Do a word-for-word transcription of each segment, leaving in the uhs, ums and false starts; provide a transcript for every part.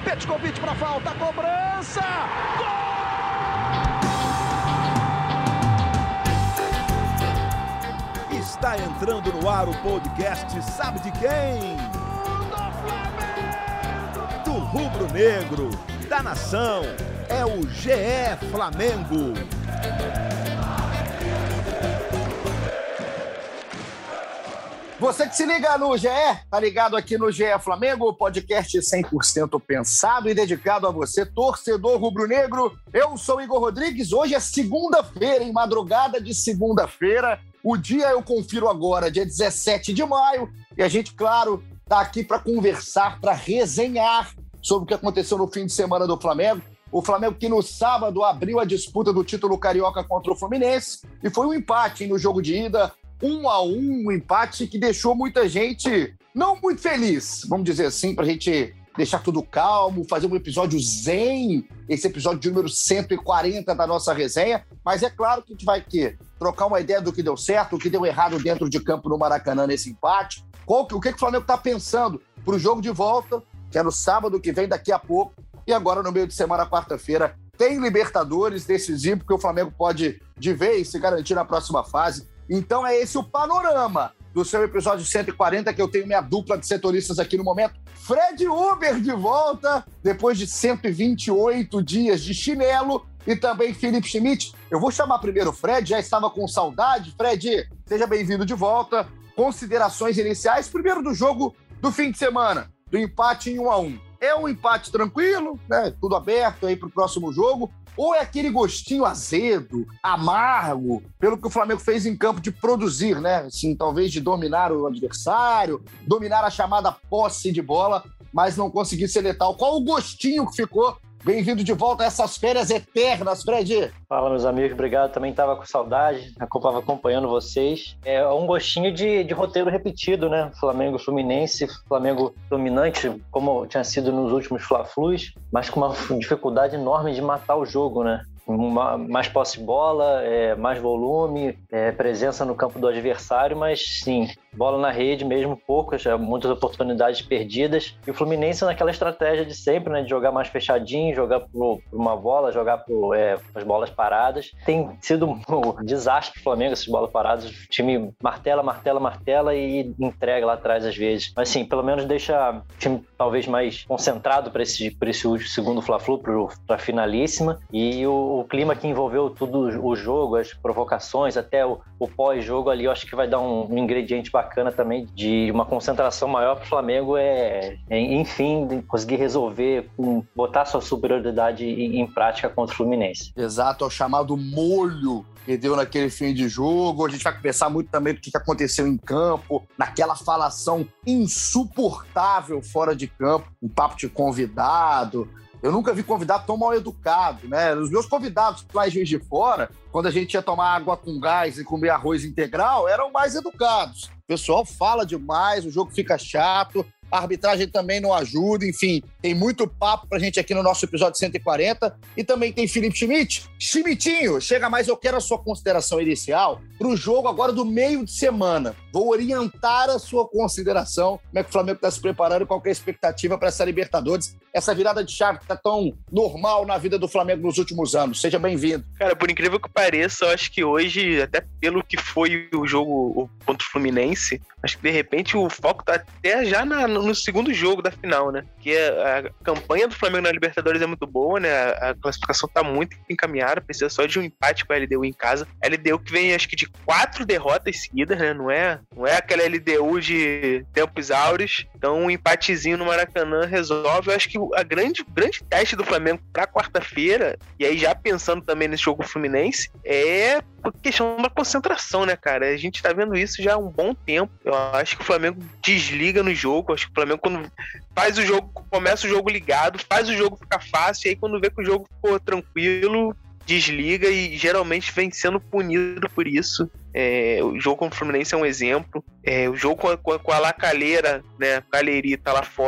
Petkovic para falta, cobrança! Gol! Está entrando no ar o podcast Sabe de quem? Do rubro-negro, da nação, é o G E Flamengo. Você que se liga no G E, tá ligado aqui no G E Flamengo, podcast cem por cento pensado e dedicado a você, torcedor rubro-negro. Eu sou Igor Rodrigues, hoje é segunda-feira, em madrugada de segunda-feira. O dia eu confiro agora, dia dezessete de maio, e a gente, claro, tá aqui para conversar, para resenhar sobre o que aconteceu no fim de semana do Flamengo. O Flamengo que no sábado abriu a disputa do título carioca contra o Fluminense, e foi um empate hein, no jogo de ida, um a um, um empate que deixou muita gente não muito feliz, vamos dizer assim, pra gente deixar tudo calmo, fazer um episódio zen, esse episódio de número cento e quarenta da nossa resenha, mas é claro que a gente vai que, trocar uma ideia do que deu certo, o que deu errado dentro de campo no Maracanã nesse empate, qual, o que, que o Flamengo tá pensando pro jogo de volta, que é no sábado que vem daqui a pouco, e agora no meio de semana, quarta-feira, tem Libertadores decisivo, que o Flamengo pode de vez se garantir na próxima fase. Então é esse o panorama do seu episódio cento e quarenta, que eu tenho minha dupla de setoristas aqui no momento. Fred Uber de volta, depois de cento e vinte e oito dias de chinelo, e também Felipe Schmidt. Eu vou chamar primeiro o Fred, já estava com saudade. Fred, seja bem-vindo de volta. Considerações iniciais, primeiro do jogo do fim de semana, do empate em um a um. É um empate tranquilo, né? Tudo aberto aí para o próximo jogo. Ou é aquele gostinho azedo, amargo, pelo que o Flamengo fez em campo de produzir, né? Assim, talvez de dominar o adversário, dominar a chamada posse de bola, mas não conseguir ser letal. Qual o gostinho que ficou? Bem-vindo de volta a essas férias eternas, Fred. Fala, meus amigos, obrigado. Também estava com saudade, estava acompanhando vocês. É um gostinho de, de roteiro repetido, né? Flamengo-Fluminense, Flamengo dominante, como tinha sido nos últimos Fla-Flus, mas com uma dificuldade enorme de matar o jogo, né? Uma, mais posse de bola, é, mais volume, é, presença no campo do adversário, mas sim, bola na rede mesmo, poucas, muitas oportunidades perdidas. E o Fluminense naquela estratégia de sempre, né, de jogar mais fechadinho, jogar por, por uma bola, jogar por é, as bolas paradas. Tem sido um desastre pro Flamengo essas bolas paradas. O time martela, martela, martela e entrega lá atrás às vezes. Mas sim, pelo menos deixa o time talvez mais concentrado para esse, para esse segundo Fla-Flu, para a finalíssima. E o O clima que envolveu tudo o jogo, as provocações, até o, o pós-jogo ali, eu acho que vai dar um, um ingrediente bacana também de uma concentração maior para o Flamengo, é, é, enfim, conseguir resolver, um, botar sua superioridade em, em prática contra o Fluminense. Exato, é o chamado molho que deu naquele fim de jogo. A gente vai conversar muito também do que aconteceu em campo, naquela falação insuportável fora de campo, um papo de convidado. Eu nunca vi convidado tão mal educado, né? Os meus convidados lá em Juiz de Fora, quando a gente ia tomar água com gás e comer arroz integral, eram mais educados. O pessoal fala demais, o jogo fica chato, a arbitragem também não ajuda, enfim, tem muito papo pra gente aqui no nosso episódio cento e quarenta, e também tem Felipe Schmidt. Schmidtinho, chega mais, eu quero a sua consideração inicial pro jogo agora do meio de semana. Vou orientar a sua consideração, como é que o Flamengo tá se preparando, qual que é a expectativa para essa Libertadores, essa virada de chave que tá tão normal na vida do Flamengo nos últimos anos. Seja bem-vindo. Cara, por incrível que pareça, eu acho que hoje, até pelo que foi o jogo contra o Fluminense, acho que de repente o foco tá até já na, no segundo jogo da final, né? Porque a, a campanha do Flamengo na Libertadores é muito boa, né? A, a classificação tá muito encaminhada, precisa só de um empate com a L D U em casa. A L D U que vem, acho que de quatro derrotas seguidas, né? Não é, não é aquela L D U de tempos áureos. Então um empatezinho no Maracanã resolve. Eu acho que a grande, grande teste do Flamengo pra quarta-feira, e aí já pensando também nesse jogo Fluminense, é a questão da concentração, né, cara? A gente tá vendo isso já há um bom tempo. Eu acho que o Flamengo desliga no jogo. Eu acho que o Flamengo, quando faz o jogo, começa o jogo ligado, faz o jogo ficar fácil, e aí quando vê que o jogo ficou tranquilo, desliga e geralmente vem sendo punido por isso. É, o jogo contra o Fluminense é um exemplo. É, o jogo com a, com a Lacalheira, né, Calheirita lá fora,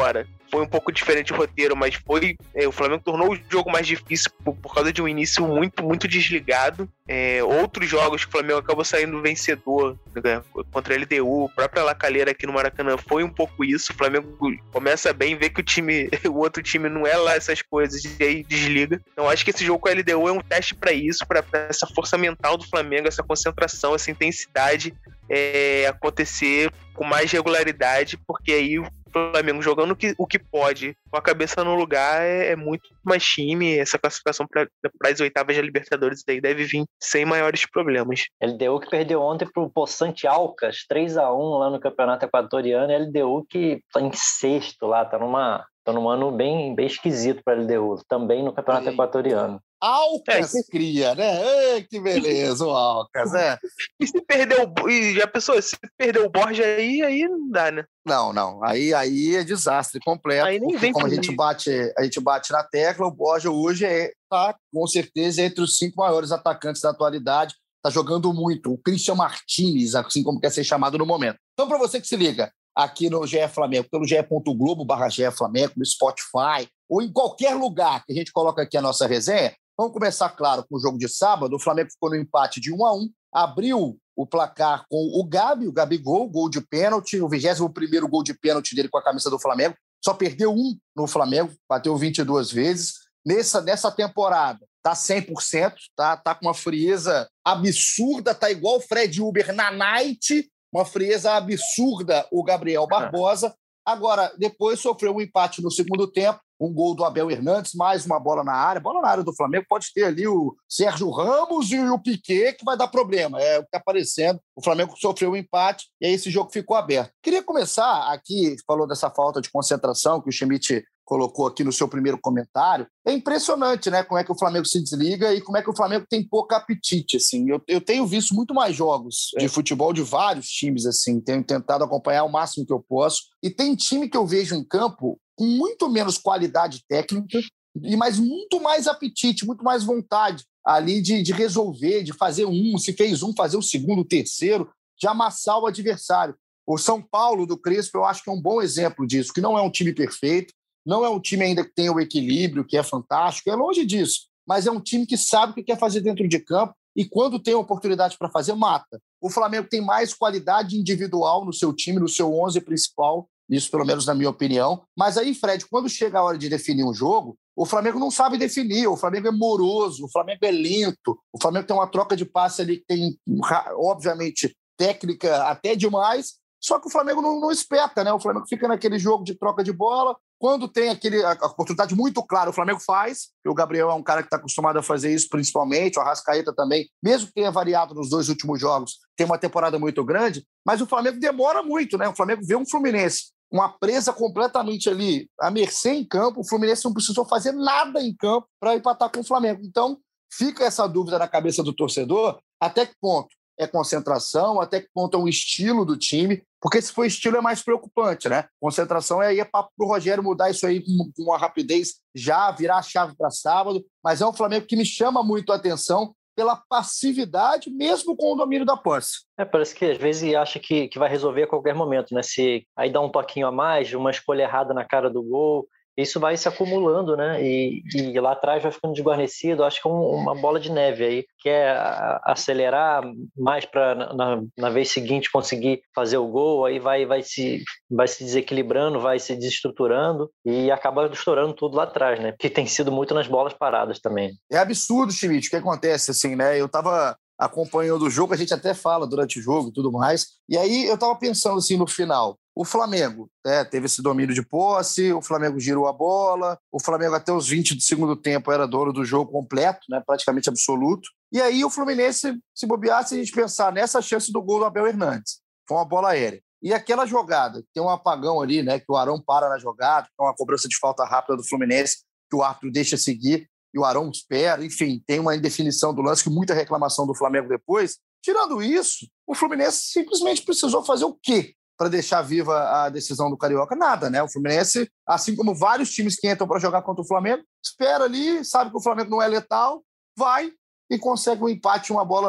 foi um pouco diferente o roteiro, mas foi é, o Flamengo tornou o jogo mais difícil por, por causa de um início muito, muito desligado. É, outros jogos que o Flamengo acabou saindo vencedor, né, contra a L D U, a própria La Calera aqui no Maracanã, foi um pouco isso. O Flamengo começa bem, vê que o time, o outro time não é lá essas coisas, e aí desliga. Então acho que esse jogo com a L D U é um teste para isso, para essa força mental do Flamengo, essa concentração, essa intensidade é, acontecer com mais regularidade, porque aí o Flamengo jogando o que, o que pode, com a cabeça no lugar, é, é muito mais time. Essa classificação para as oitavas da Libertadores aí deve vir sem maiores problemas. L D U que perdeu ontem pro Poçante Alcas, três a um lá no Campeonato Equatoriano. L D U que tá em sexto lá, tá numa... Tá num ano bem, bem esquisito para a L D U, também no Campeonato Sim. Equatoriano. Alcas é, cria, né? Ei, que beleza, o Alcas, né? E se perdeu, e já pensou, se perdeu o Borja aí, aí não dá, né? Não, não, aí, aí é desastre completo. Aí nem vem como a gente, bate, a gente bate na tecla, o Borja hoje é, tá, com certeza, entre os cinco maiores atacantes da atualidade, tá jogando muito. O Christian Martinez, assim como quer ser chamado no momento. Então, para você que se liga aqui no G E Flamengo, pelo ge ponto globo barra G E Flamengo, no Spotify, ou em qualquer lugar que a gente coloca aqui a nossa resenha, vamos começar, claro, com o jogo de sábado. O Flamengo ficou no empate de um a um, abriu o placar com o Gabi, o Gabigol, gol de pênalti, o vigésimo primeiro gol de pênalti dele com a camisa do Flamengo, só perdeu um no Flamengo, bateu vinte e duas vezes. Nessa, nessa temporada, tá cem por cento, tá, tá com uma frieza absurda, tá igual o Fred Uber na night, uma frieza absurda o Gabriel Barbosa. Agora, depois sofreu um empate no segundo tempo, um gol do Abel Hernandes, mais uma bola na área. Bola na área do Flamengo pode ter ali o Sérgio Ramos e o Piquet, que vai dar problema. É o que está aparecendo. O Flamengo sofreu um empate e aí esse jogo ficou aberto. Queria começar aqui, falou dessa falta de concentração que o Schmidt colocou aqui no seu primeiro comentário. É impressionante, né, como é que o Flamengo se desliga e como é que o Flamengo tem pouco apetite, assim. Eu, eu tenho visto muito mais jogos de futebol de vários times, assim, tenho tentado acompanhar o máximo que eu posso, e tem time que eu vejo em campo com muito menos qualidade técnica, e mas muito mais apetite, muito mais vontade ali de, de resolver, de fazer um, se fez um, fazer o segundo, o terceiro, de amassar o adversário. O São Paulo do Crespo eu acho que é um bom exemplo disso, que não é um time perfeito, não é um time ainda que tem o equilíbrio, que é fantástico, é longe disso, mas é um time que sabe o que quer fazer dentro de campo e quando tem oportunidade para fazer, mata. O Flamengo tem mais qualidade individual no seu time, no seu onze principal, isso pelo menos na minha opinião, mas aí, Fred, quando chega a hora de definir um jogo, o Flamengo não sabe definir, o Flamengo é moroso, o Flamengo é lento, o Flamengo tem uma troca de passe ali que tem, obviamente, técnica até demais, só que o Flamengo não, não espeta, né? O Flamengo fica naquele jogo de troca de bola. Quando tem aquele, a oportunidade muito clara, o Flamengo faz. E o Gabriel é um cara que está acostumado a fazer isso principalmente. O Arrascaeta também, mesmo que tenha variado nos dois últimos jogos, tem uma temporada muito grande. Mas o Flamengo demora muito, né? O Flamengo vê um Fluminense, uma presa completamente ali, à mercê em campo. O Fluminense não precisou fazer nada em campo para empatar com o Flamengo. Então, fica essa dúvida na cabeça do torcedor, até que ponto é concentração, até que ponto é um estilo do time, porque se for estilo é mais preocupante, né? Concentração é aí é papo pro Rogério mudar isso aí com uma rapidez, já virar a chave para sábado, mas é um Flamengo que me chama muito a atenção pela passividade, mesmo com o domínio da posse. É, parece que às vezes acha que, que vai resolver a qualquer momento, né? Se aí dá um toquinho a mais, uma escolha errada na cara do gol, isso vai se acumulando, né? E, e lá atrás vai ficando desguarnecido. Acho que é um, uma bola de neve aí. Quer acelerar mais para na, na vez seguinte conseguir fazer o gol, aí vai, vai, se, vai se desequilibrando, vai se desestruturando e acaba estourando tudo lá atrás, né? Que tem sido muito nas bolas paradas também. É absurdo, Schmidt, o que acontece, assim, né? Eu tava acompanhando o jogo, a gente até fala durante o jogo e tudo mais, e aí eu tava pensando, assim, no final. O Flamengo né, teve esse domínio de posse, o Flamengo girou a bola, o Flamengo até os vinte do segundo tempo era dono do jogo completo, né, praticamente absoluto. E aí o Fluminense, se bobeasse, a gente pensar nessa chance do gol do Abel Hernandes. Foi uma bola aérea. E aquela jogada, tem um apagão ali, né, que o Arão para na jogada, é uma cobrança de falta rápida do Fluminense, que o árbitro deixa seguir e o Arão espera. Enfim, tem uma indefinição do lance, que muita reclamação do Flamengo depois. Tirando isso, o Fluminense simplesmente precisou fazer o quê para deixar viva a decisão do Carioca? Nada, né? O Fluminense, assim como vários times que entram para jogar contra o Flamengo, espera ali, sabe que o Flamengo não é letal, vai e consegue um empate, uma bola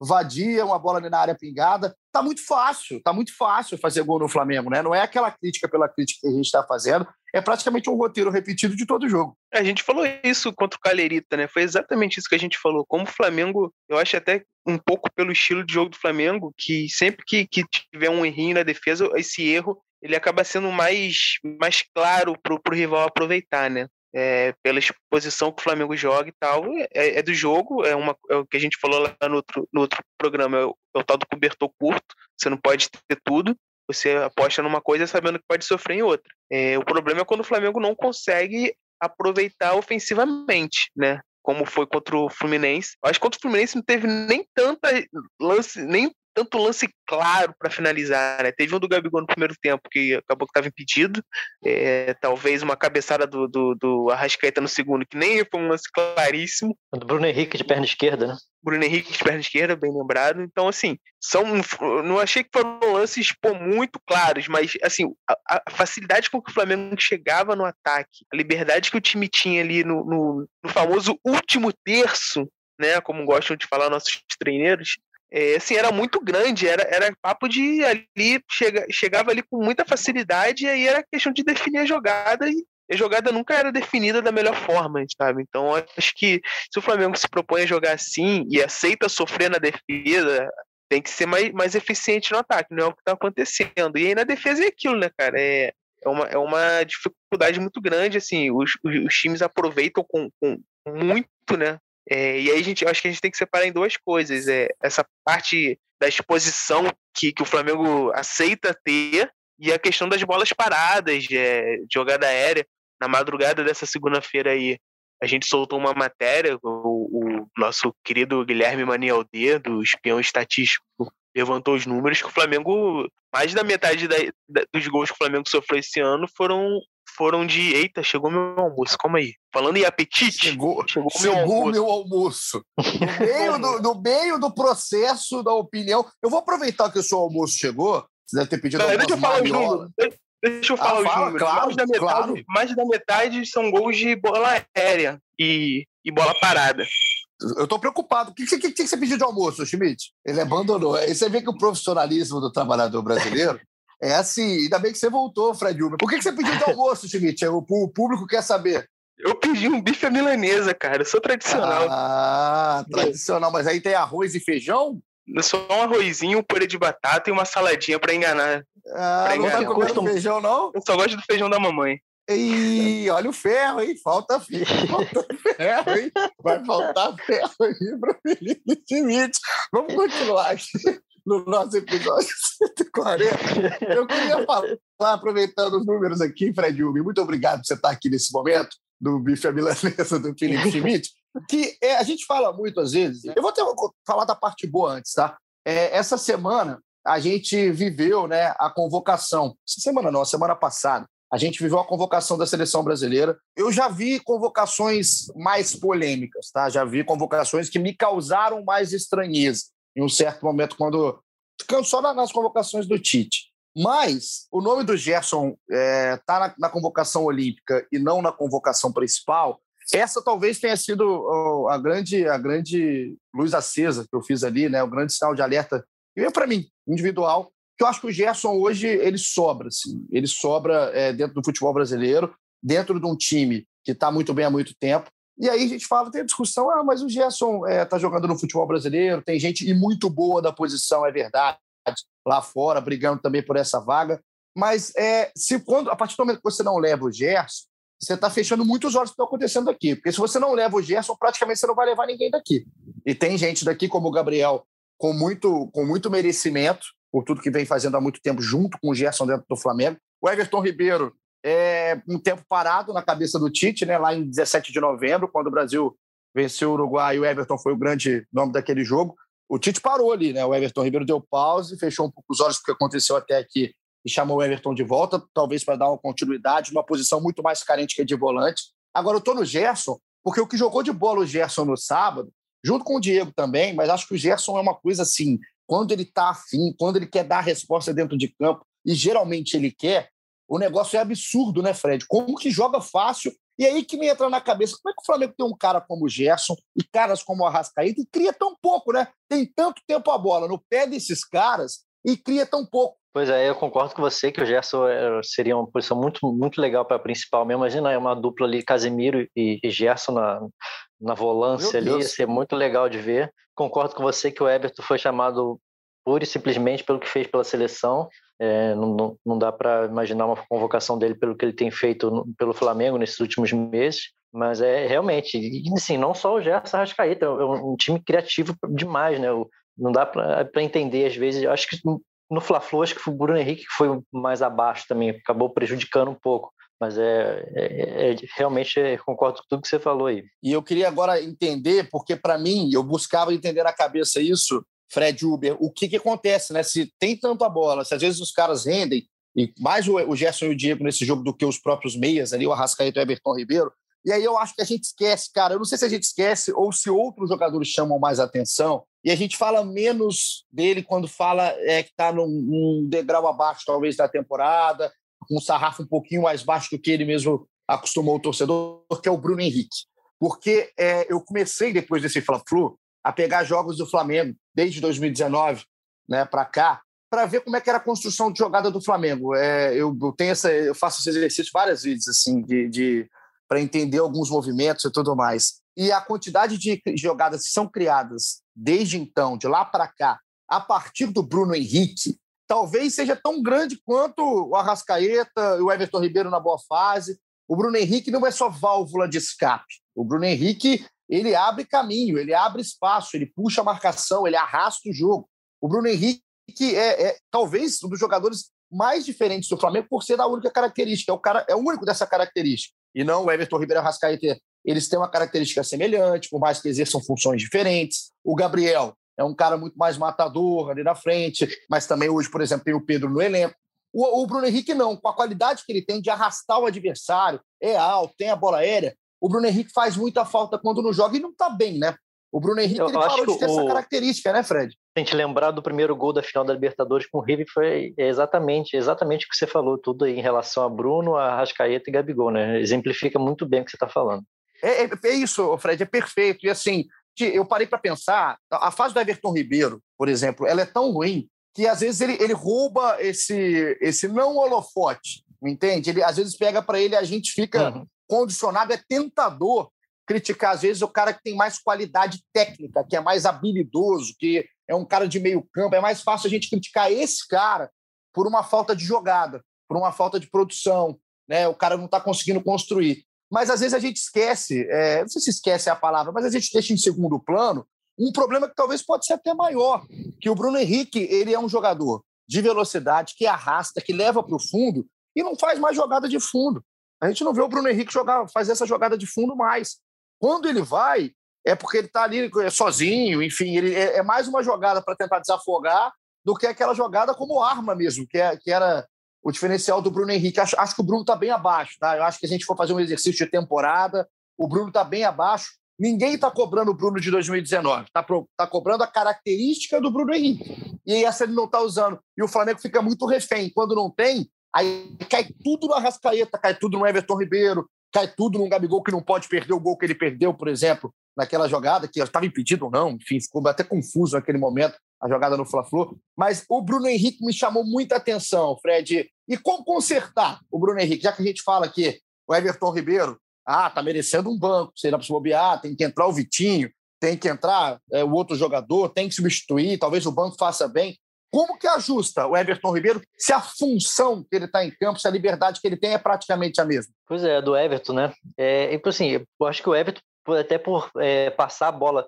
vadia, uma bola ali na área pingada. Tá muito fácil, tá muito fácil fazer gol no Flamengo, né? Não é aquela crítica pela crítica que a gente está fazendo, é praticamente um roteiro repetido de todo jogo. A gente falou isso contra o Calherita, né? Foi exatamente isso que a gente falou. Como o Flamengo, eu acho até um pouco pelo estilo de jogo do Flamengo, que sempre que, que tiver um errinho na defesa, esse erro ele acaba sendo mais, mais claro pro, pro rival aproveitar, né? É, pela exposição que o Flamengo joga e tal, é, é do jogo, é, uma, é o que a gente falou lá no outro, no outro programa, é o, é o tal do cobertor curto, você não pode ter tudo, você aposta numa coisa sabendo que pode sofrer em outra. É, o problema é quando o Flamengo não consegue aproveitar ofensivamente, né? Como foi contra o Fluminense. Eu acho que contra o Fluminense não teve nem tanta lance, nem tanto lance claro para finalizar, né? Teve um do Gabigol no primeiro tempo que acabou que estava impedido, é, talvez uma cabeçada do, do, do Arrascaeta no segundo, que nem foi um lance claríssimo. Do Bruno Henrique de perna esquerda, né? Bruno Henrique de perna esquerda, bem lembrado. Então, assim, são, não achei que foram lances pô, muito claros, mas assim, a, a facilidade com que o Flamengo chegava no ataque, a liberdade que o time tinha ali no, no, no famoso último terço, né? Como gostam de falar nossos treineiros, É, assim, era muito grande, era, era papo de ali, chega, chegava ali com muita facilidade, e aí era questão de definir a jogada, e a jogada nunca era definida da melhor forma, sabe? Então, acho que se o Flamengo se propõe a jogar assim e aceita sofrer na defesa, tem que ser mais, mais eficiente no ataque, não é o que está acontecendo. E aí na defesa é aquilo, né, cara? É, é, uma, é uma dificuldade muito grande, assim, os, os, os times aproveitam com, com muito, né? É, e aí a gente, acho que a gente tem que separar em duas coisas. É, essa parte da exposição que, que o Flamengo aceita ter e a questão das bolas paradas, é, jogada aérea. Na madrugada dessa segunda-feira aí, a gente soltou uma matéria, o, o nosso querido Guilherme Manialdê, do Espião Estatístico, levantou os números que o Flamengo, mais da metade da, da, dos gols que o Flamengo sofreu esse ano foram... foram de... Eita, chegou meu almoço, calma aí. Falando em apetite... Chegou, chegou, chegou meu almoço. Meu almoço. No, meio do, no meio do processo da opinião... Eu vou aproveitar que o seu almoço chegou. Você deve ter pedido Não, algumas deixa eu falar os marmiolas. números. Deixa eu falar ah, os fala, números. Claro, mais, da metade, claro. mais da metade são gols de bola aérea e, e bola parada. Eu tô preocupado. O que, que, que, que você pediu de almoço, Schmidt? Ele abandonou. Aí você vê que o profissionalismo do trabalhador brasileiro é assim. Ainda bem que você voltou, Fred Uber. Por que, que você pediu de almoço, Schmidt? O, o público quer saber. Eu pedi um bife à milanesa, cara. Eu sou tradicional. Ah, tradicional. Mas aí tem arroz e feijão? Só um arrozinho, um purê de batata e uma saladinha pra enganar. Ah, pra não enganar. Tá comendo feijão, não? Eu só gosto do feijão da mamãe. Ih, olha o ferro, hein? Falta, falta ferro, hein? Vai faltar ferro aí para Felipe Schmidt. Vamos continuar aqui no nosso episódio cento e quarenta. Eu queria falar, aproveitando os números aqui, Fred Uber, muito obrigado por você estar aqui nesse momento do bife à milanesa do Felipe Schmidt, que é, a gente fala muito às vezes. Eu vou, ter, vou falar da parte boa antes, tá? É, essa semana a gente viveu, né, a convocação. Essa semana não, a semana passada. A gente viveu a convocação da seleção brasileira. Eu já vi convocações mais polêmicas, tá? Já vi convocações que me causaram mais estranheza em um certo momento, quando ficando só nas convocações do Tite. Mas o nome do Gerson é, tá na, na convocação olímpica e não na convocação principal. Essa talvez tenha sido oh, a, grande, a grande luz acesa que eu fiz ali, né? O grande sinal de alerta que veio para mim, individual. Eu acho que o Gerson hoje ele sobra, assim, ele sobra é, dentro do futebol brasileiro, dentro de um time que está muito bem há muito tempo. E aí a gente fala, tem a discussão, ah, mas o Gerson está é, jogando no futebol brasileiro, tem gente e muito boa da posição, é verdade, lá fora, brigando também por essa vaga. Mas é, se quando, a partir do momento que você não leva o Gerson, você está fechando muitos olhos que estão acontecendo aqui. Porque se você não leva o Gerson, praticamente você não vai levar ninguém daqui. E tem gente daqui, como o Gabriel, com muito, com muito merecimento, por tudo que vem fazendo há muito tempo junto com o Gerson dentro do Flamengo. O Everton Ribeiro é um tempo parado na cabeça do Tite, né? Lá em dezessete de novembro, quando o Brasil venceu o Uruguai, o Everton foi o grande nome daquele jogo. O Tite parou ali, né? O Everton Ribeiro deu pause, fechou um pouco os olhos porque aconteceu até aqui e chamou o Everton de volta, talvez para dar uma continuidade, uma posição muito mais carente que a de volante. Agora eu estou no Gerson, porque o que jogou de bola o Gerson no sábado, junto com o Diego também, mas acho que o Gerson é uma coisa assim, quando ele está afim, quando ele quer dar a resposta dentro de campo, e geralmente ele quer, o negócio é absurdo, né, Fred? Como que joga fácil E aí que me entra na cabeça, como é que o Flamengo tem um cara como o Gerson e caras como o Arrascaeta e cria tão pouco, né? Tem tanto tempo a bola no pé desses caras e cria tão pouco. Pois é, eu concordo com você que o Gerson seria uma posição muito, muito legal para a principal mesmo. Imagina uma dupla ali, Casemiro e, e Gerson na, na volância ali, ia ser muito legal de ver. Concordo com você que o Everton foi chamado pura e simplesmente pelo que fez pela seleção. É, não, não, não dá para imaginar uma convocação dele pelo que ele tem feito no, pelo Flamengo nesses últimos meses, mas é realmente, e, assim, não só o Gerson Arrascaeta, é um, um time criativo demais, né? O, não dá para entender às vezes. Eu acho que no Fla-Flu, acho que foi o Bruno Henrique que foi mais abaixo também, acabou prejudicando um pouco. Mas é, é, é realmente é, concordo com tudo que você falou aí. E eu queria agora entender, porque para mim, eu buscava entender na cabeça isso, Fred Uber, o que, que acontece, né? Se tem tanta bola, se às vezes os caras rendem, e mais o, o Gerson e o Diego nesse jogo do que os próprios meias ali, o Arrascaeta e o Everton Ribeiro, e aí eu acho que a gente esquece, cara, eu não sei se a gente esquece ou se outros jogadores chamam mais atenção, e a gente fala menos dele quando fala é, que está num, num degrau abaixo, talvez, da temporada, com um sarrafo um pouquinho mais baixo do que ele mesmo acostumou o torcedor, que é o Bruno Henrique. Porque é, eu comecei, depois desse Fla-Flu, a pegar jogos do Flamengo, desde dois mil e dezenove, né, para cá, para ver como é que era a construção de jogada do Flamengo. É, eu, eu, tenho essa, eu faço esse exercício várias vezes, assim, de, de, para entender alguns movimentos e tudo mais. E a quantidade de jogadas que são criadas desde então, de lá para cá, a partir do Bruno Henrique, talvez seja tão grande quanto o Arrascaeta e o Everton Ribeiro na boa fase. O Bruno Henrique não é só válvula de escape. O Bruno Henrique, ele abre caminho, ele abre espaço, ele puxa a marcação, ele arrasta o jogo. O Bruno Henrique é, é talvez um dos jogadores mais diferentes do Flamengo por ser a única característica. É o, cara, é o único dessa característica. E não o Everton Ribeiro e o Arrascaeta. Eles têm uma característica semelhante, por mais que exerçam funções diferentes. O Gabriel é um cara muito mais matador ali na frente, mas também hoje, por exemplo, tem o Pedro no elenco. O, o Bruno Henrique não, com a qualidade que ele tem de arrastar o adversário, é alto, tem a bola aérea, o Bruno Henrique faz muita falta quando não joga e não está bem, né? O Bruno Henrique ele parou de ter o... essa característica, né, Fred? A gente lembrar do primeiro gol da final da Libertadores com o River foi exatamente, exatamente o que você falou, tudo aí em relação a Bruno, a Arrascaeta e Gabigol, né? Exemplifica muito bem o que você está falando. É, é, é isso, Fred, é perfeito. E assim, eu parei para pensar, a fase do Everton Ribeiro, por exemplo, ela é tão ruim que às vezes ele, ele rouba esse, esse não holofote, entende? Ele às vezes pega para ele e a gente fica uhum. condicionado, é tentador criticar às vezes o cara que tem mais qualidade técnica, que é mais habilidoso, que é um cara de meio campo. É mais fácil a gente criticar esse cara por uma falta de jogada, por uma falta de produção, né? O cara não está conseguindo construir. Mas às vezes a gente esquece, é, não sei se esquece a palavra, mas a gente deixa em segundo plano um problema que talvez pode ser até maior, que o Bruno Henrique ele é um jogador de velocidade, que arrasta, que leva para o fundo e não faz mais jogada de fundo. A gente não vê o Bruno Henrique jogar, fazer essa jogada de fundo mais. Quando ele vai, é porque ele está ali sozinho, enfim, ele é, é mais uma jogada para tentar desafogar do que aquela jogada como arma mesmo, que, é, que era o diferencial do Bruno Henrique. Acho, acho que o Bruno está bem abaixo, tá? Eu acho que a gente for fazer um exercício de temporada, o Bruno está bem abaixo. Ninguém está cobrando o Bruno de dois mil e dezenove, está tá cobrando a característica do Bruno Henrique. E essa ele não está usando. E o Flamengo fica muito refém. Quando não tem, aí cai tudo no Arrascaeta, cai tudo no Everton Ribeiro, cai tudo num Gabigol que não pode perder o gol que ele perdeu, por exemplo, naquela jogada, que estava impedido ou não, enfim, ficou até confuso naquele momento, a jogada no Fla-Flu. Mas o Bruno Henrique me chamou muita atenção, Fred. E como consertar o Bruno Henrique? Já que a gente fala que o Everton Ribeiro, ah, tá merecendo um banco, será para se bobear, tem que entrar o Vitinho, tem que entrar é, o outro jogador, tem que substituir, talvez o banco faça bem. Como que ajusta o Everton Ribeiro se a função que ele está em campo, se a liberdade que ele tem é praticamente a mesma? Pois é, do Everton, né? É, assim, eu acho que o Everton, até por é, passar a bola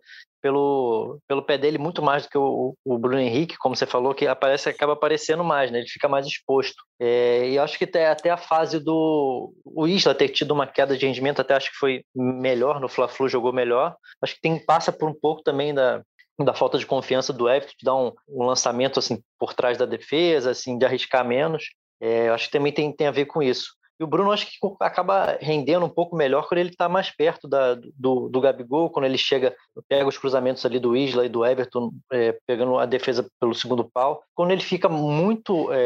pelo, pelo pé dele muito mais do que o, o Bruno Henrique, como você falou, que aparece, acaba aparecendo mais, né? Ele fica mais exposto. É, e acho que até, até a fase do... O Isla ter tido uma queda de rendimento, até acho que foi melhor, no Fla-Flu jogou melhor. Acho que tem, passa por um pouco também da... da falta de confiança do Everton, de dar um, um lançamento assim, por trás da defesa, assim, de arriscar menos. É, acho que também tem, tem a ver com isso. E o Bruno acho que acaba rendendo um pouco melhor quando ele está mais perto da, do, do Gabigol, quando ele chega, pega os cruzamentos ali do Isla e do Everton, é, pegando a defesa pelo segundo pau. Quando ele fica muito é,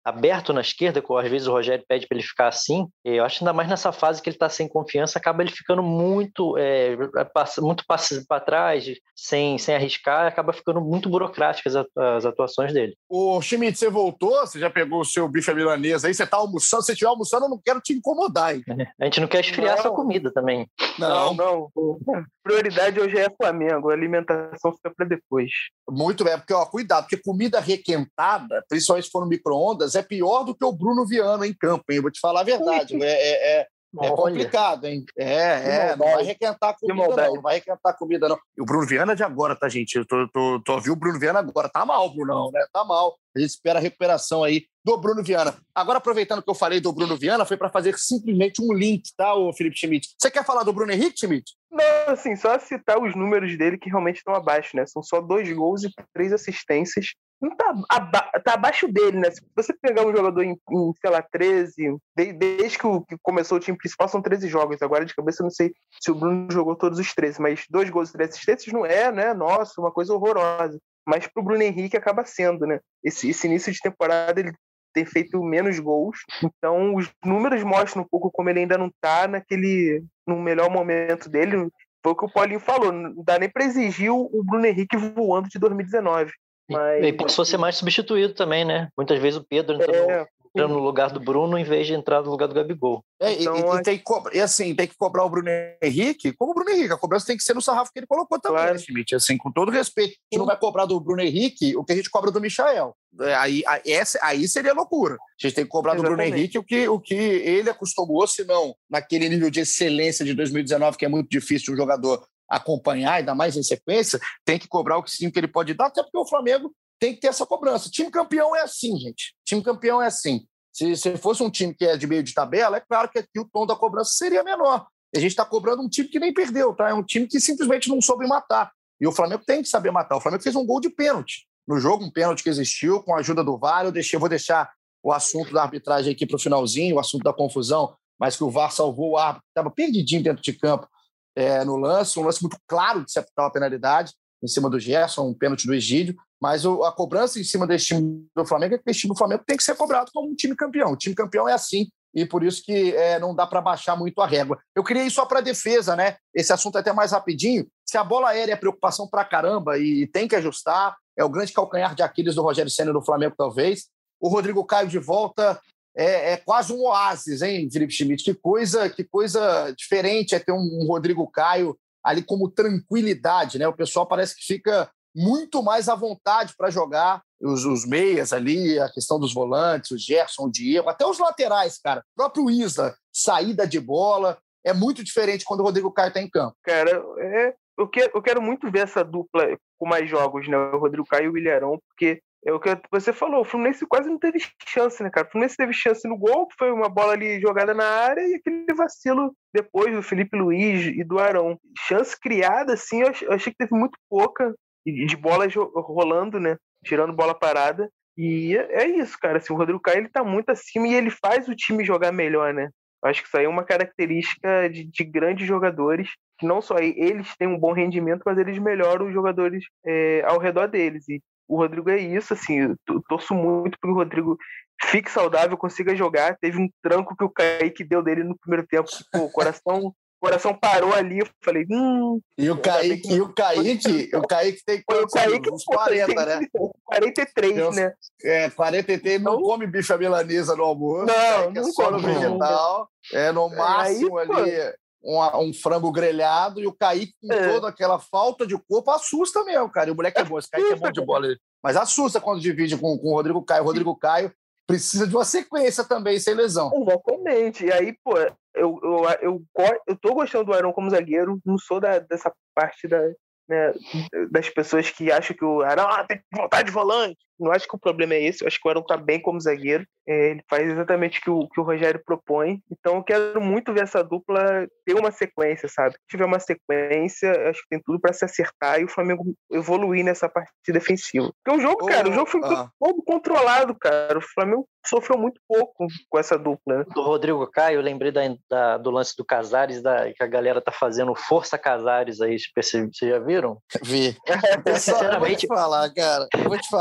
aberto na esquerda, que às vezes o Rogério pede para ele ficar assim. Eu acho que ainda mais nessa fase que ele está sem confiança, acaba ele ficando muito, é, muito para trás, sem, sem arriscar, acaba ficando muito burocráticas as atuações dele. Ô, Schmidt, você voltou? Você já pegou o seu bife à milanesa aí? Você tá almoçando? Se você estiver almoçando, eu não quero te incomodar, hein? A gente não quer esfriar não. Sua comida também. Não, não. não. Prioridade hoje é Flamengo. A alimentação fica para depois. Muito bem, porque, ó, cuidado, porque comida requentada, principalmente se for no micro-ondas, é pior do que o Bruno Viana em campo, hein? Eu vou te falar a verdade. é, é, é... É complicado, hein? É, é, não vai requentar comida, não. Não vai requentar comida, não. E o Bruno Viana é de agora, tá, gente? Eu tô, tô, tô ouvindo o Bruno Viana agora. Tá mal, Brunão, né? Tá mal. A gente espera a recuperação aí do Bruno Viana. Agora, aproveitando que eu falei do Bruno Viana, foi para fazer simplesmente um link, tá, ô Felipe Schmidt? Você quer falar do Bruno Henrique, Schmidt? Não, assim, só citar os números dele que realmente estão abaixo, né? São só dois gols e três assistências. Não tá, aba- tá abaixo dele, né? Se você pegar um jogador em, em sei lá, treze, de- desde que, o, que começou o time principal, são treze jogos. Agora, de cabeça, eu não sei se o Bruno jogou todos os treze, mas dois gols e três assistências não é, né? Nossa, uma coisa horrorosa. Mas pro Bruno Henrique acaba sendo, né? Esse, esse início de temporada, ele tem feito menos gols. Então, os números mostram um pouco como ele ainda não tá naquele, no melhor momento dele. Foi o que o Paulinho falou, não dá nem pra exigir o Bruno Henrique voando de dois mil e dezenove. Mas... E passou a ser mais substituído também, né? Muitas vezes o Pedro entra, é, no, entra no lugar do Bruno em vez de entrar no lugar do Gabigol. É, então, e, e, tem que cobrar, e assim, tem que cobrar o Bruno Henrique como o Bruno Henrique. A cobrança tem que ser no sarrafo que ele colocou também, claro. Né, Schmidt? Assim, com todo respeito. A gente não vai cobrar do Bruno Henrique o que a gente cobra do Michael. Aí, aí, essa, aí seria loucura. A gente tem que cobrar Exatamente. do Bruno Henrique o que, o que ele acostumou, se não naquele nível de excelência de dois mil e dezenove, que é muito difícil de um jogador acompanhar, ainda mais em sequência, tem que cobrar o que sim que ele pode dar, até porque o Flamengo tem que ter essa cobrança. Time campeão é assim, gente. Time campeão é assim. Se, se fosse um time que é de meio de tabela, é claro que aqui o tom da cobrança seria menor. E a gente está cobrando um time que nem perdeu, tá? É um time que simplesmente não soube matar. E o Flamengo tem que saber matar. O Flamengo fez um gol de pênalti no jogo, um pênalti que existiu, com a ajuda do V A R. Eu, deixei, eu vou deixar o assunto da arbitragem aqui para o finalzinho, o assunto da confusão, mas que o V A R salvou o árbitro, que estava perdidinho dentro de campo é, no lance, um lance muito claro de se apitar uma penalidade em cima do Gerson, um pênalti do Egídio. Mas a cobrança em cima desse time do Flamengo é que esse time do Flamengo tem que ser cobrado como um time campeão. O time campeão é assim, e por isso que é, não dá para baixar muito a régua. Eu queria ir só para a defesa, né? Esse assunto é até mais rapidinho. Se a bola aérea é preocupação para caramba e tem que ajustar, é o grande calcanhar de Aquiles do Rogério Ceni no Flamengo, talvez. O Rodrigo Caio de volta é, é quase um oásis, hein, Felipe Schmidt? Que coisa, que coisa diferente é ter um, um Rodrigo Caio ali como tranquilidade, né? O pessoal parece que fica muito mais à vontade para jogar, os, os meias ali, a questão dos volantes, o Gerson, o Diego, até os laterais, cara. O próprio Isla, saída de bola, é muito diferente quando o Rodrigo Caio está em campo. Cara, é, eu, quero, eu quero muito ver essa dupla com mais jogos, né? O Rodrigo Caio e o Ilharão, porque é o que você falou, o Fluminense quase não teve chance, né, cara? O Fluminense teve chance no gol, que foi uma bola ali jogada na área, e aquele vacilo depois do Felipe Luiz e do Arão. Chance criada, assim, eu achei que teve muito pouca, de bola rolando, né? Tirando bola parada. E é isso, cara. Assim, o Rodrigo Caio, ele tá muito acima e ele faz o time jogar melhor, né? Acho que isso aí é uma característica de, de grandes jogadores, que não só eles têm um bom rendimento, mas eles melhoram os jogadores é, ao redor deles. E o Rodrigo é isso, assim, eu torço muito para que o Rodrigo fique saudável, consiga jogar. Teve um tranco que o Kaique deu dele no primeiro tempo, que, pô, o coração... O coração parou ali, eu falei, hum... E o Kaique, que... e o Kaique, o Kaique tem quantos anos? Uns quarenta, né? quarenta e três, Deus, né? É, quarenta e três, não, não come bife à milanesa no almoço. Não, não é só no vegetal. É, no máximo é, aí, ali, um, um frango grelhado, e o Kaique com é. toda aquela falta de corpo assusta mesmo, cara. E o moleque é bom, esse Kaique é bom de bola. Mas assusta quando divide com, com o Rodrigo Caio. O Rodrigo Caio precisa de uma sequência também, sem lesão. Exatamente. E aí, pô, eu, eu, eu, eu tô gostando do Arão como zagueiro, não sou da, dessa parte da, né, das pessoas que acham que o Arão ah, tem que voltar de volante. Não acho que o problema é esse, eu acho que o Arão tá bem como zagueiro. É, ele faz exatamente o que o, que o Rogério propõe. Então eu quero muito ver essa dupla ter uma sequência, sabe? Se tiver uma sequência, acho que tem tudo para se acertar e o Flamengo evoluir nessa parte defensiva. Porque o jogo, oh, cara, o jogo foi ah. todo controlado, cara. O Flamengo sofreu muito pouco com essa dupla. Né? Do Rodrigo Caio, eu lembrei da, da, do lance do Casares, da, que a galera tá fazendo Força Casares aí, vocês já viram? Vi. Sinceramente, vou te falar, cara. Vou te falar, tem eu,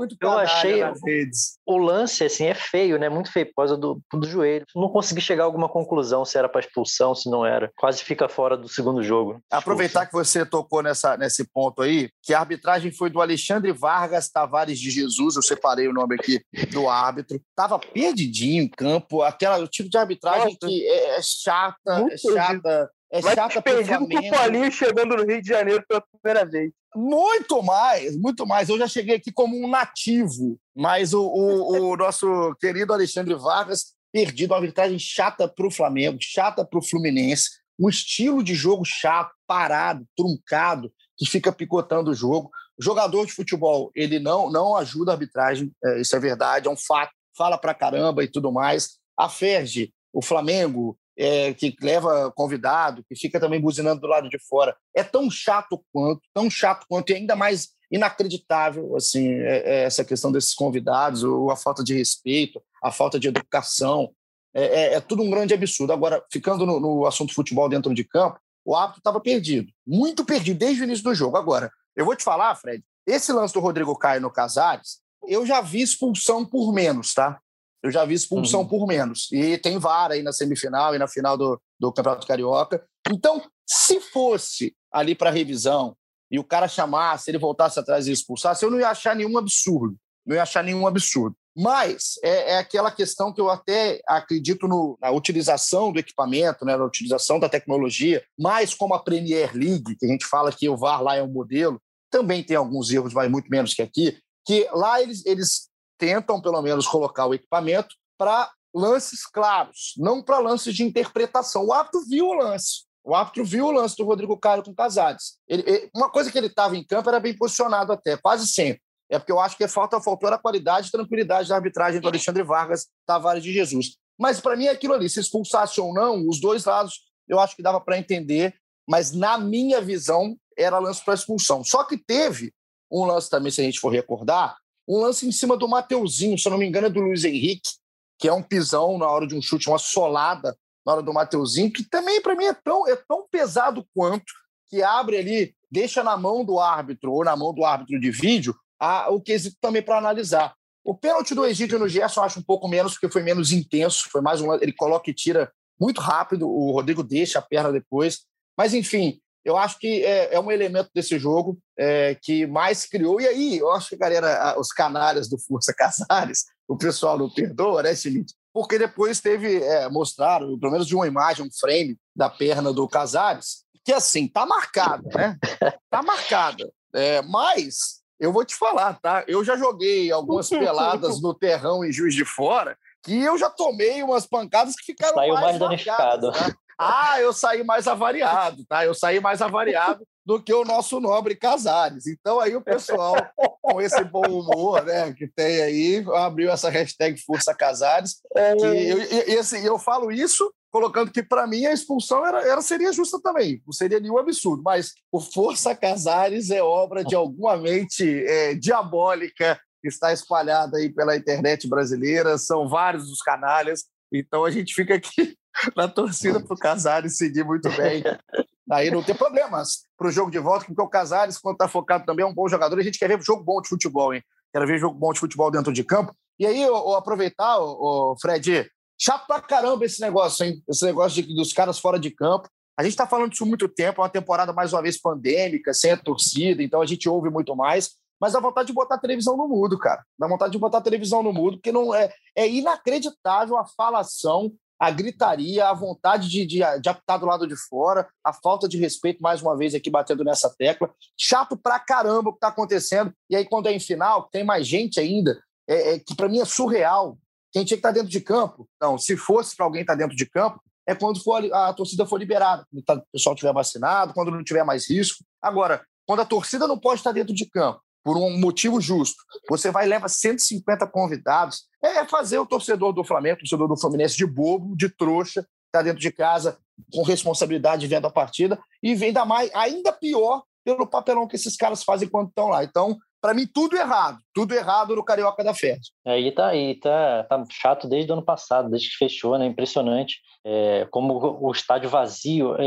muito Eu canalha achei nas redes. o lance, assim, é feio, né? Muito feio, por causa do, do joelho. Não consegui chegar a alguma conclusão se era para expulsão, se não era. Quase fica fora do segundo jogo. Aproveitar que você tocou nessa, nesse ponto aí, que a arbitragem foi do Alexandre Vargas Tavares de Jesus, eu separei o nome aqui do árbitro. Tava perdidinho em campo, aquela, o tipo de arbitragem Nossa. que é, é chata, muito é chata... É mais chata perdido que o Paulinho chegando no Rio de Janeiro pela primeira vez. Muito mais, muito mais. Eu já cheguei aqui como um nativo, mas o, o, o nosso querido Alexandre Vargas perdido, uma arbitragem chata para o Flamengo, chata para o Fluminense, um estilo de jogo chato, parado, truncado, que fica picotando o jogo. O jogador de futebol, ele não, não ajuda a arbitragem, é, isso é verdade, é um fato, fala pra caramba e tudo mais. A Ferge, o Flamengo... É, que leva convidado, que fica também buzinando do lado de fora, é tão chato quanto, tão chato quanto, e ainda mais inacreditável, assim, é, é essa questão desses convidados, ou a falta de respeito, a falta de educação, é, é, é tudo um grande absurdo. Agora, ficando no, no assunto futebol dentro de campo, o árbitro estava perdido, muito perdido, desde o início do jogo. Agora, eu vou te falar, Fred, esse lance do Rodrigo Caio no Casares, eu já vi expulsão por menos, tá? Eu já vi expulsão uhum. por menos. E tem V A R aí na semifinal e na final do, do Campeonato Carioca. Então, se fosse ali para revisão e o cara chamasse, ele voltasse atrás e expulsasse, eu não ia achar nenhum absurdo. Não ia achar nenhum absurdo. Mas é, é aquela questão que eu até acredito no, na utilização do equipamento, né, na utilização da tecnologia, mas como a Premier League, que a gente fala que o V A R lá é um modelo, também tem alguns erros, mas muito menos que aqui, que lá eles... eles tentam, pelo menos, colocar o equipamento para lances claros, não para lances de interpretação. O árbitro viu o lance. O árbitro viu o lance do Rodrigo Caio com Casares. Ele, ele, uma coisa que ele estava em campo era bem posicionado até, quase sempre. É porque eu acho que falta, faltou a qualidade e tranquilidade da arbitragem do Alexandre Vargas Tavares de Jesus. Mas, para mim, é aquilo ali. Se expulsasse ou não, os dois lados, eu acho que dava para entender, mas, na minha visão, era lance para expulsão. Só que teve um lance também, se a gente for recordar, um lance em cima do Mateuzinho, se eu não me engano é do Luiz Henrique, que é um pisão na hora de um chute, uma solada na hora do Mateuzinho, que também para mim é tão, é tão pesado quanto, que abre ali, deixa na mão do árbitro ou na mão do árbitro de vídeo a, o quesito também para analisar. O pênalti do Egídio no Gerson eu acho um pouco menos, porque foi menos intenso, foi mais um, ele coloca e tira muito rápido, o Rodrigo deixa a perna depois, mas enfim... Eu acho que é, é um elemento desse jogo é, que mais criou. E aí, eu acho que, galera, os canalhas do Força Casares, o pessoal não perdoa, né, Schmidt? Porque depois teve, é, mostraram, pelo menos de uma imagem, um frame da perna do Casares, que, assim, tá marcada, né? Tá marcada. É, mas, eu vou te falar, tá? Eu já joguei algumas peladas no terrão em Juiz de Fora, que eu já tomei umas pancadas que ficaram Saiu mais, mais danificado. Tá? Ah, eu saí mais avariado, tá? Eu saí mais avariado do que o nosso nobre Casares. Então, aí o pessoal, com esse bom humor, né, que tem aí, abriu essa hashtag Força Casares. Que eu, e, e assim, eu falo isso colocando que, para mim, a expulsão era, era, seria justa também. Não seria nenhum absurdo. Mas o Força Casares é obra de alguma mente é, diabólica que está espalhada aí pela internet brasileira. São vários os canalhas. Então, a gente fica aqui na torcida para o Casares seguir muito bem. Aí não tem problemas para o jogo de volta, porque o Casares, quando está focado também, é um bom jogador. A gente quer ver jogo bom de futebol, hein? Quero ver jogo bom de futebol dentro de campo. E aí, eu, eu aproveitar, o Fred, chato pra caramba esse negócio, hein? Esse negócio de, dos caras fora de campo. A gente está falando disso há muito tempo, é uma temporada mais uma vez pandêmica, sem a torcida, então a gente ouve muito mais. Mas dá vontade de botar a televisão no mudo, cara. Dá vontade de botar a televisão no mudo, porque não é, é inacreditável a falação, a gritaria, a vontade de, de, de apitar do lado de fora, a falta de respeito, mais uma vez, aqui batendo nessa tecla. Chato pra caramba o que tá acontecendo. E aí, quando é em final, tem mais gente ainda, é, é, que para mim é surreal. Quem tinha que estar dentro de campo, não, se fosse para alguém estar dentro de campo, é quando for a, a torcida for liberada, quando o pessoal estiver vacinado, quando não tiver mais risco. Agora, quando a torcida não pode estar dentro de campo, por um motivo justo, você vai e leva cento e cinquenta convidados, é fazer o torcedor do Flamengo, o torcedor do Fluminense de bobo, de trouxa, tá dentro de casa com responsabilidade vendo a partida, e vem ainda mais, ainda pior pelo papelão que esses caras fazem quando estão lá. Então, para mim, tudo errado, tudo errado no Carioca da Ferdi. Aí tá, aí tá, tá chato desde o ano passado, desde que fechou, né? Impressionante. É, como o estádio vazio, é,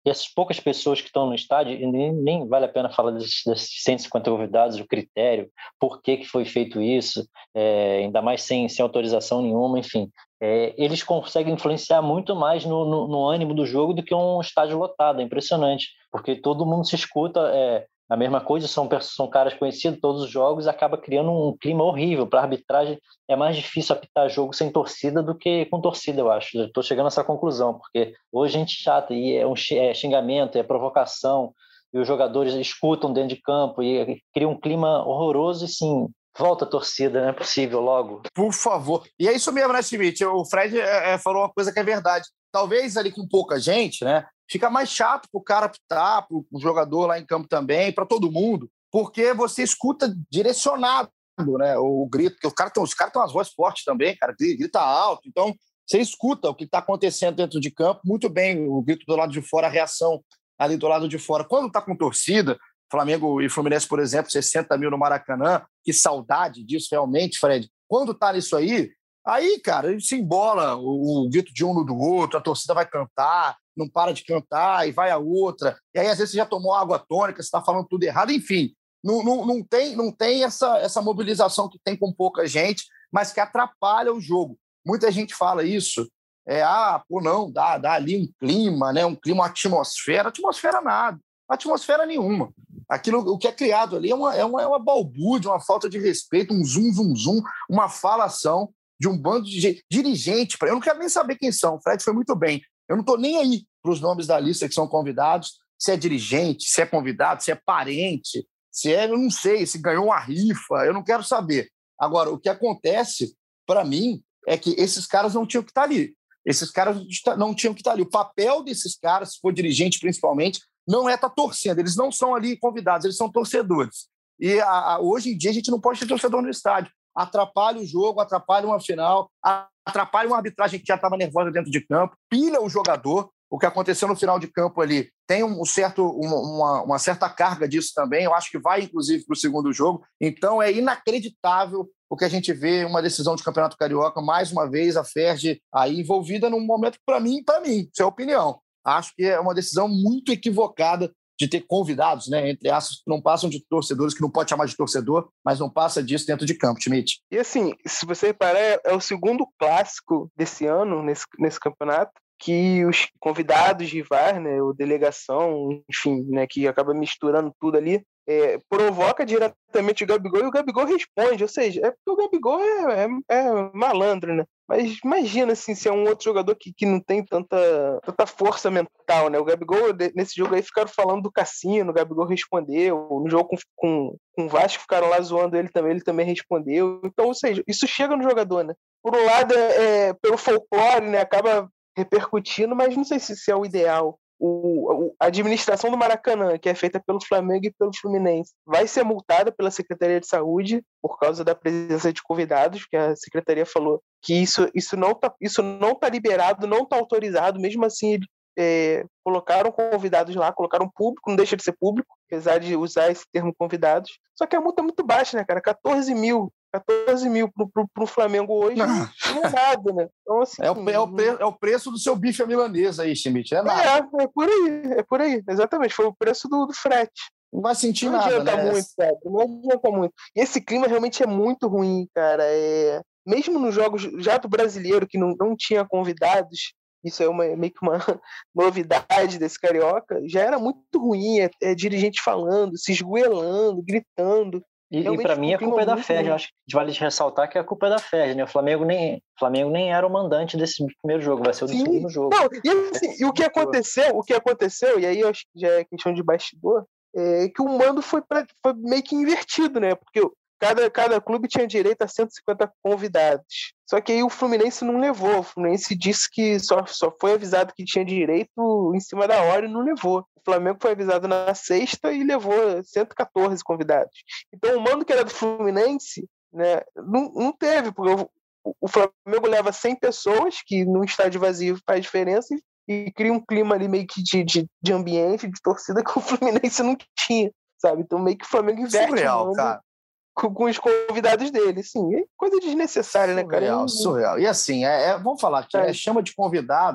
E essas poucas pessoas que estão no estádio, e nem, nem vale a pena falar desses, desses cento e cinquenta convidados, o critério, por que, que foi feito isso, é, ainda mais sem, sem autorização nenhuma, enfim. É, eles conseguem influenciar muito mais no, no, no ânimo do jogo do que um estádio lotado, é impressionante, porque todo mundo se escuta, é, a mesma coisa, são, são caras conhecidos todos os jogos, acaba criando um clima horrível. Para a arbitragem é mais difícil apitar jogo sem torcida do que com torcida, eu acho. Estou chegando a essa conclusão, porque hoje a gente chata, e é, um, é xingamento, é provocação, e os jogadores escutam dentro de campo, e, e cria um clima horroroso, e sim, volta a torcida, não é possível, logo. Por favor. E é isso mesmo, né, Schmidt? O Fred é, falou uma coisa que é verdade. Talvez ali com pouca gente, né? Fica mais chato para o cara apitar, para o jogador lá em campo também, para todo mundo, porque você escuta direcionado, né, o, o grito, porque os caras os caras têm umas vozes fortes também, cara, grita alto, então você escuta o que está acontecendo dentro de campo muito bem, o grito do lado de fora, a reação ali do lado de fora. Quando está com torcida, Flamengo e Fluminense, por exemplo, sessenta mil no Maracanã, que saudade disso realmente, Fred. Quando está nisso aí, aí, cara, se embola o, o grito de um no do outro, a torcida vai cantar, não para de cantar, e vai a outra, e aí às vezes você já tomou água tônica, você está falando tudo errado, enfim, não, não, não tem, não tem essa, essa mobilização que tem com pouca gente, mas que atrapalha o jogo. Muita gente fala isso, é, ah, pô, não, dá, dá ali um clima, né, um clima, uma atmosfera, atmosfera nada, atmosfera nenhuma. Aquilo, o que é criado ali é uma, é uma, é uma balbúrdia, uma falta de respeito, um zum, zum, zum, uma falação de um bando de dirigente, eu não quero nem saber quem são, o Fred foi muito bem. Eu não estou nem aí para os nomes da lista que são convidados, se é dirigente, se é convidado, se é parente, se é, eu não sei, se ganhou uma rifa, eu não quero saber. Agora, o que acontece, para mim, é que esses caras não tinham que estar ali. Esses caras não tinham que estar ali. O papel desses caras, se for dirigente principalmente, não é estar torcendo. Eles não são ali convidados, eles são torcedores. E a, a, hoje em dia a gente não pode ter torcedor no estádio. Atrapalha o jogo, atrapalha uma final, atrapalha uma arbitragem que já estava nervosa dentro de campo, pilha o jogador. O que aconteceu no final de campo ali tem um certo, uma, uma certa carga disso também. Eu acho que vai, inclusive, para o segundo jogo. Então, é inacreditável o que a gente vê, uma decisão de Campeonato Carioca, mais uma vez, a Ferdi aí envolvida num momento que, para mim, para mim, isso é opinião. Acho que é uma decisão muito equivocada de ter convidados, né, entre aspas, que não passam de torcedores, que não pode chamar de torcedor, mas não passa disso dentro de campo, Schmidt. E assim, se você reparar, é o segundo clássico desse ano, nesse, nesse campeonato, que os convidados de V A R, né, ou delegação, enfim, né, que acaba misturando tudo ali, é, provoca diretamente o Gabigol e o Gabigol responde, ou seja, é porque o Gabigol é, é, é malandro, né? Mas imagina assim, se é um outro jogador que, que não tem tanta, tanta força mental, né? O Gabigol, nesse jogo aí, ficaram falando do Cassino, o Gabigol respondeu, no jogo com, com, com o Vasco ficaram lá zoando ele também, ele também respondeu. Então, ou seja, isso chega no jogador, né? Por um lado, é, é pelo folclore, né? Acaba repercutindo, mas não sei se, se é o ideal. O, a administração do Maracanã, que é feita pelo Flamengo e pelo Fluminense, vai ser multada pela Secretaria de Saúde por causa da presença de convidados, que a Secretaria falou que isso, isso não está isso não tá liberado, não está autorizado, mesmo assim é, colocaram convidados lá, colocaram público, não deixa de ser público, apesar de usar esse termo convidados, só que a multa é muito baixa, né, cara, catorze mil catorze mil pro, pro, pro Flamengo hoje não, não é nada, né? Então, assim, é, o, é, o pre, é o preço do seu bife à milanesa aí, Schmidt. É nada. É, é por aí, é por aí, exatamente. Foi o preço do, do frete. Não vai sentir não nada, adianta né? muito, cara. Não adianta muito. E esse clima realmente é muito ruim, cara. É... Mesmo nos jogos já do brasileiro, que não, não tinha convidados, isso é uma, meio que uma novidade desse Carioca, já era muito ruim. É, é dirigente falando, se esgoelando, gritando. E, e para mim a culpa é da Ferdi. Eu acho que vale ressaltar que a culpa é da Ferdi, né? O Flamengo nem, Flamengo nem era o mandante desse primeiro jogo, vai ser o do segundo jogo. Não, e, assim, e o que aconteceu, o que aconteceu, e aí eu acho que já é questão de bastidor, é que o mando foi, pra, foi meio que invertido, né? Porque cada, cada clube tinha direito a cento e cinquenta convidados. Só que aí o Fluminense não levou. O Fluminense disse que só, só foi avisado que tinha direito em cima da hora e não levou. O Flamengo foi avisado na sexta e levou cento e catorze convidados. Então o mando que era do Fluminense, né, não, não teve, porque o, o Flamengo leva cem pessoas, que num estádio vazio faz diferença, e, e cria um clima ali meio que de, de, de ambiente, de torcida, que o Fluminense não tinha, sabe? Então meio que o Flamengo inverte surreal, o mando cara. Com, com os convidados dele, sim. É coisa desnecessária, surreal, né, cara? Surreal, surreal. E assim, é, é, vamos falar que é. É, chama de convidado,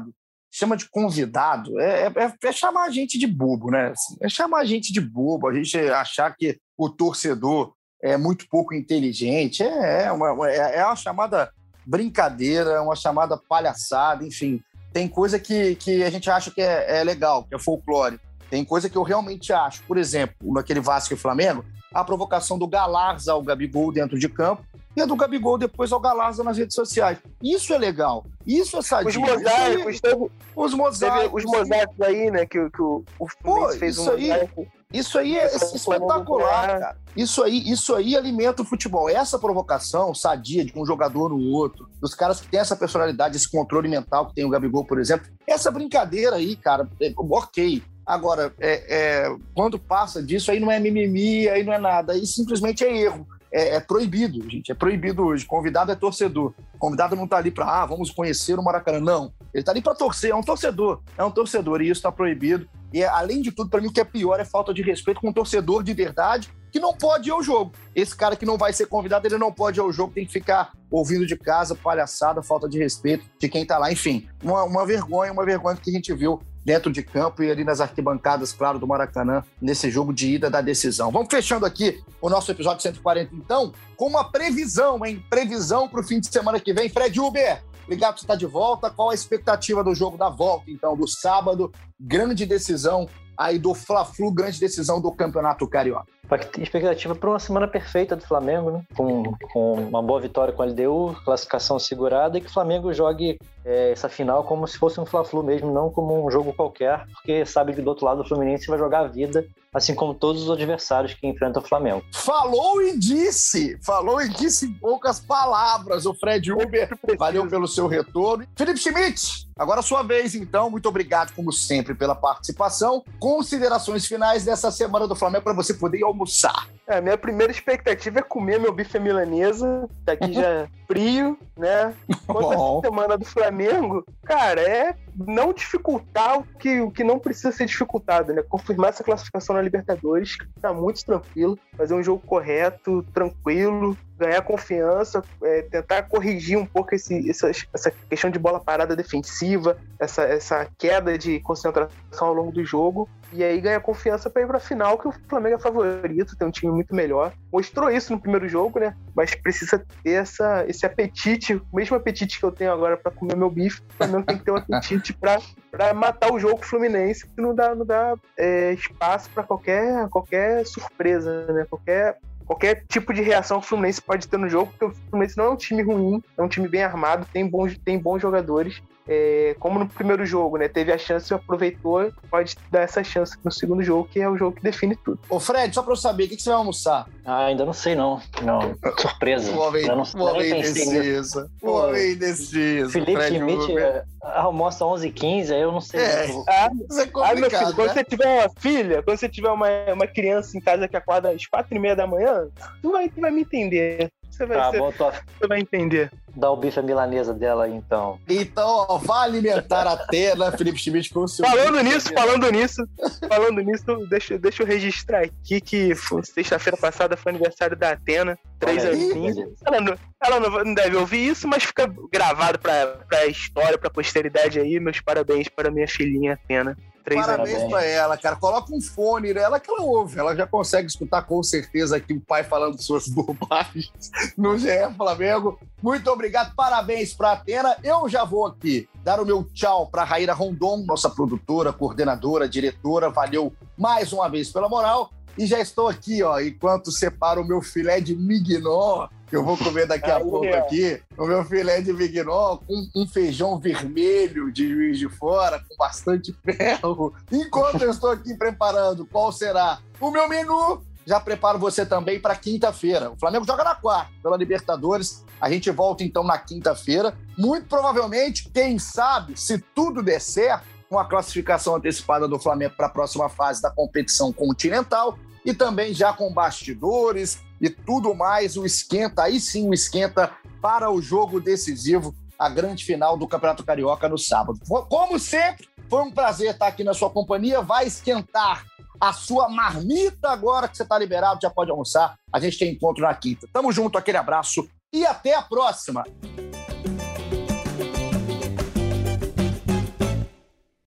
chama de convidado, é, é, é chamar a gente de bobo, né? Assim, é chamar a gente de bobo, a gente achar que o torcedor é muito pouco inteligente, é, é, uma, é, é uma chamada brincadeira, uma chamada palhaçada, enfim. Tem coisa que, que a gente acha que é, é legal, que é folclore. Tem coisa que eu realmente acho. Por exemplo, naquele Vasco e Flamengo, a provocação do Galarza ao Gabigol dentro de campo e a do Gabigol depois ao Galarza nas redes sociais. Isso é legal. Isso é sadio. Os mosaicos, aí, teve, os mosaicos. Os mosaicos aí, né? Que, que o, o Fluminense fez um mosaico. Isso aí é espetacular, cara. Isso aí, isso aí alimenta o futebol. Essa provocação sadia de um jogador no outro, dos caras que têm essa personalidade, esse controle mental que tem o Gabigol, por exemplo, essa brincadeira aí, cara, é, ok. Agora, é, é, quando passa disso, aí não é mimimi, aí não é nada, aí simplesmente é erro. É, é proibido, gente, é proibido hoje. Convidado é torcedor. Convidado não tá ali para, ah, vamos conhecer o Maracanã. Não, ele tá ali para torcer, é um torcedor. É um torcedor e isso tá proibido. E, além de tudo, para mim, o que é pior é falta de respeito com um torcedor de verdade que não pode ir ao jogo. Esse cara que não vai ser convidado, ele não pode ir ao jogo, tem que ficar ouvindo de casa, palhaçada, falta de respeito de quem tá lá. Enfim, uma, uma vergonha, uma vergonha que a gente viu dentro de campo e ali nas arquibancadas, claro, do Maracanã, nesse jogo de ida da decisão. Vamos fechando aqui o nosso episódio cento e quarenta, então, com uma previsão, hein? Previsão para o fim de semana que vem. Fred Uber, obrigado por estar de volta. Qual a expectativa do jogo da volta, então, do sábado? Grande decisão aí do Fla-Flu, grande decisão do Campeonato Carioca. Expectativa para uma semana perfeita do Flamengo, né? Com, com uma boa vitória com a L D U, classificação segurada, e que o Flamengo jogue é, essa final como se fosse um Fla-Flu mesmo, não como um jogo qualquer, porque sabe que do outro lado o Fluminense vai jogar a vida, assim como todos os adversários que enfrentam o Flamengo. Falou e disse, falou e disse em poucas palavras o Fred Uber. Valeu pelo seu retorno. Felipe Schmidt, agora a sua vez, então. Muito obrigado, como sempre, pela participação. Considerações finais dessa semana do Flamengo para você poder almoçar. É, minha primeira expectativa é comer meu bife à milanesa, tá aqui já frio, né? Quanto essa semana do Flamengo, cara, é não dificultar o que, o que não precisa ser dificultado, né? Confirmar essa classificação na Libertadores, tá muito tranquilo, fazer um jogo correto, tranquilo, ganhar confiança, é, tentar corrigir um pouco esse, essa, essa questão de bola parada defensiva, essa, essa queda de concentração ao longo do jogo, e aí ganhar confiança para ir para a final, que o Flamengo é favorito, tem um time muito melhor. Mostrou isso no primeiro jogo, né? Mas precisa ter essa, esse apetite, o mesmo apetite que eu tenho agora para comer meu bife, o Flamengo tem que ter um apetite para matar o jogo Fluminense, que não dá, não dá é, espaço para qualquer, qualquer surpresa, né? Qualquer Qualquer tipo de reação que o Fluminense pode ter no jogo, porque o Fluminense não é um time ruim, é um time bem armado, tem bons, tem bons jogadores. É, como no primeiro jogo, né? Teve a chance e aproveitou, pode dar essa chance no segundo jogo, que é o jogo que define tudo. Ô Fred, só pra eu saber, o que, que você vai almoçar? Ah, ainda não sei não. Não, surpresa. O homem, não, o homem indeciso. O homem indeciso. Felipe Schmidt almoça onze e quinze, aí eu não sei. É, não. Ah, isso é complicado, ah, meu filho, né? Quando você tiver uma filha, quando você tiver uma, uma criança em casa que acorda às quatro e meia da manhã, tu vai, tu vai me entender. Você vai, tá, ser, bom, tô... você vai entender. Dá o bife à milanesa dela aí, então. Então, ó, vai alimentar a Atena, Felipe Schmidt, com o seu... Falando nisso, falando nisso, falando nisso, deixa, deixa eu registrar aqui que sexta-feira passada foi aniversário da Atena, três aninhos. Ela, não, ela não deve ouvir isso, mas fica gravado pra, pra história, pra posteridade aí. Meus parabéns para minha filhinha Atena. Três Parabéns anos. pra ela, cara. Coloca um fone nela que ela ouve. Ela já consegue escutar com certeza aqui o pai falando suas bobagens no G E Flamengo. Muito obrigado, parabéns pra Atena. Eu já vou aqui dar o meu tchau pra Raíra Rondon, nossa produtora, coordenadora, diretora. Valeu mais uma vez pela moral. E já estou aqui, ó, enquanto separo o meu filé de mignon, que eu vou comer daqui a Aí, pouco ó. aqui, o meu filé de mignon com um feijão vermelho de Juiz de Fora, com bastante ferro. Enquanto eu estou aqui preparando qual será o meu menu, já preparo você também para quinta-feira. O Flamengo joga na quarta, pela Libertadores. A gente volta, então, na quinta-feira. Muito provavelmente, quem sabe, se tudo der certo, com a classificação antecipada do Flamengo para a próxima fase da competição continental e também já com bastidores e tudo mais, o esquenta, aí sim o esquenta para o jogo decisivo, a grande final do Campeonato Carioca no sábado. Como sempre, foi um prazer estar aqui na sua companhia, vai esquentar a sua marmita agora que você está liberado, já pode almoçar, a gente tem encontro na quinta. Tamo junto, aquele abraço e até a próxima!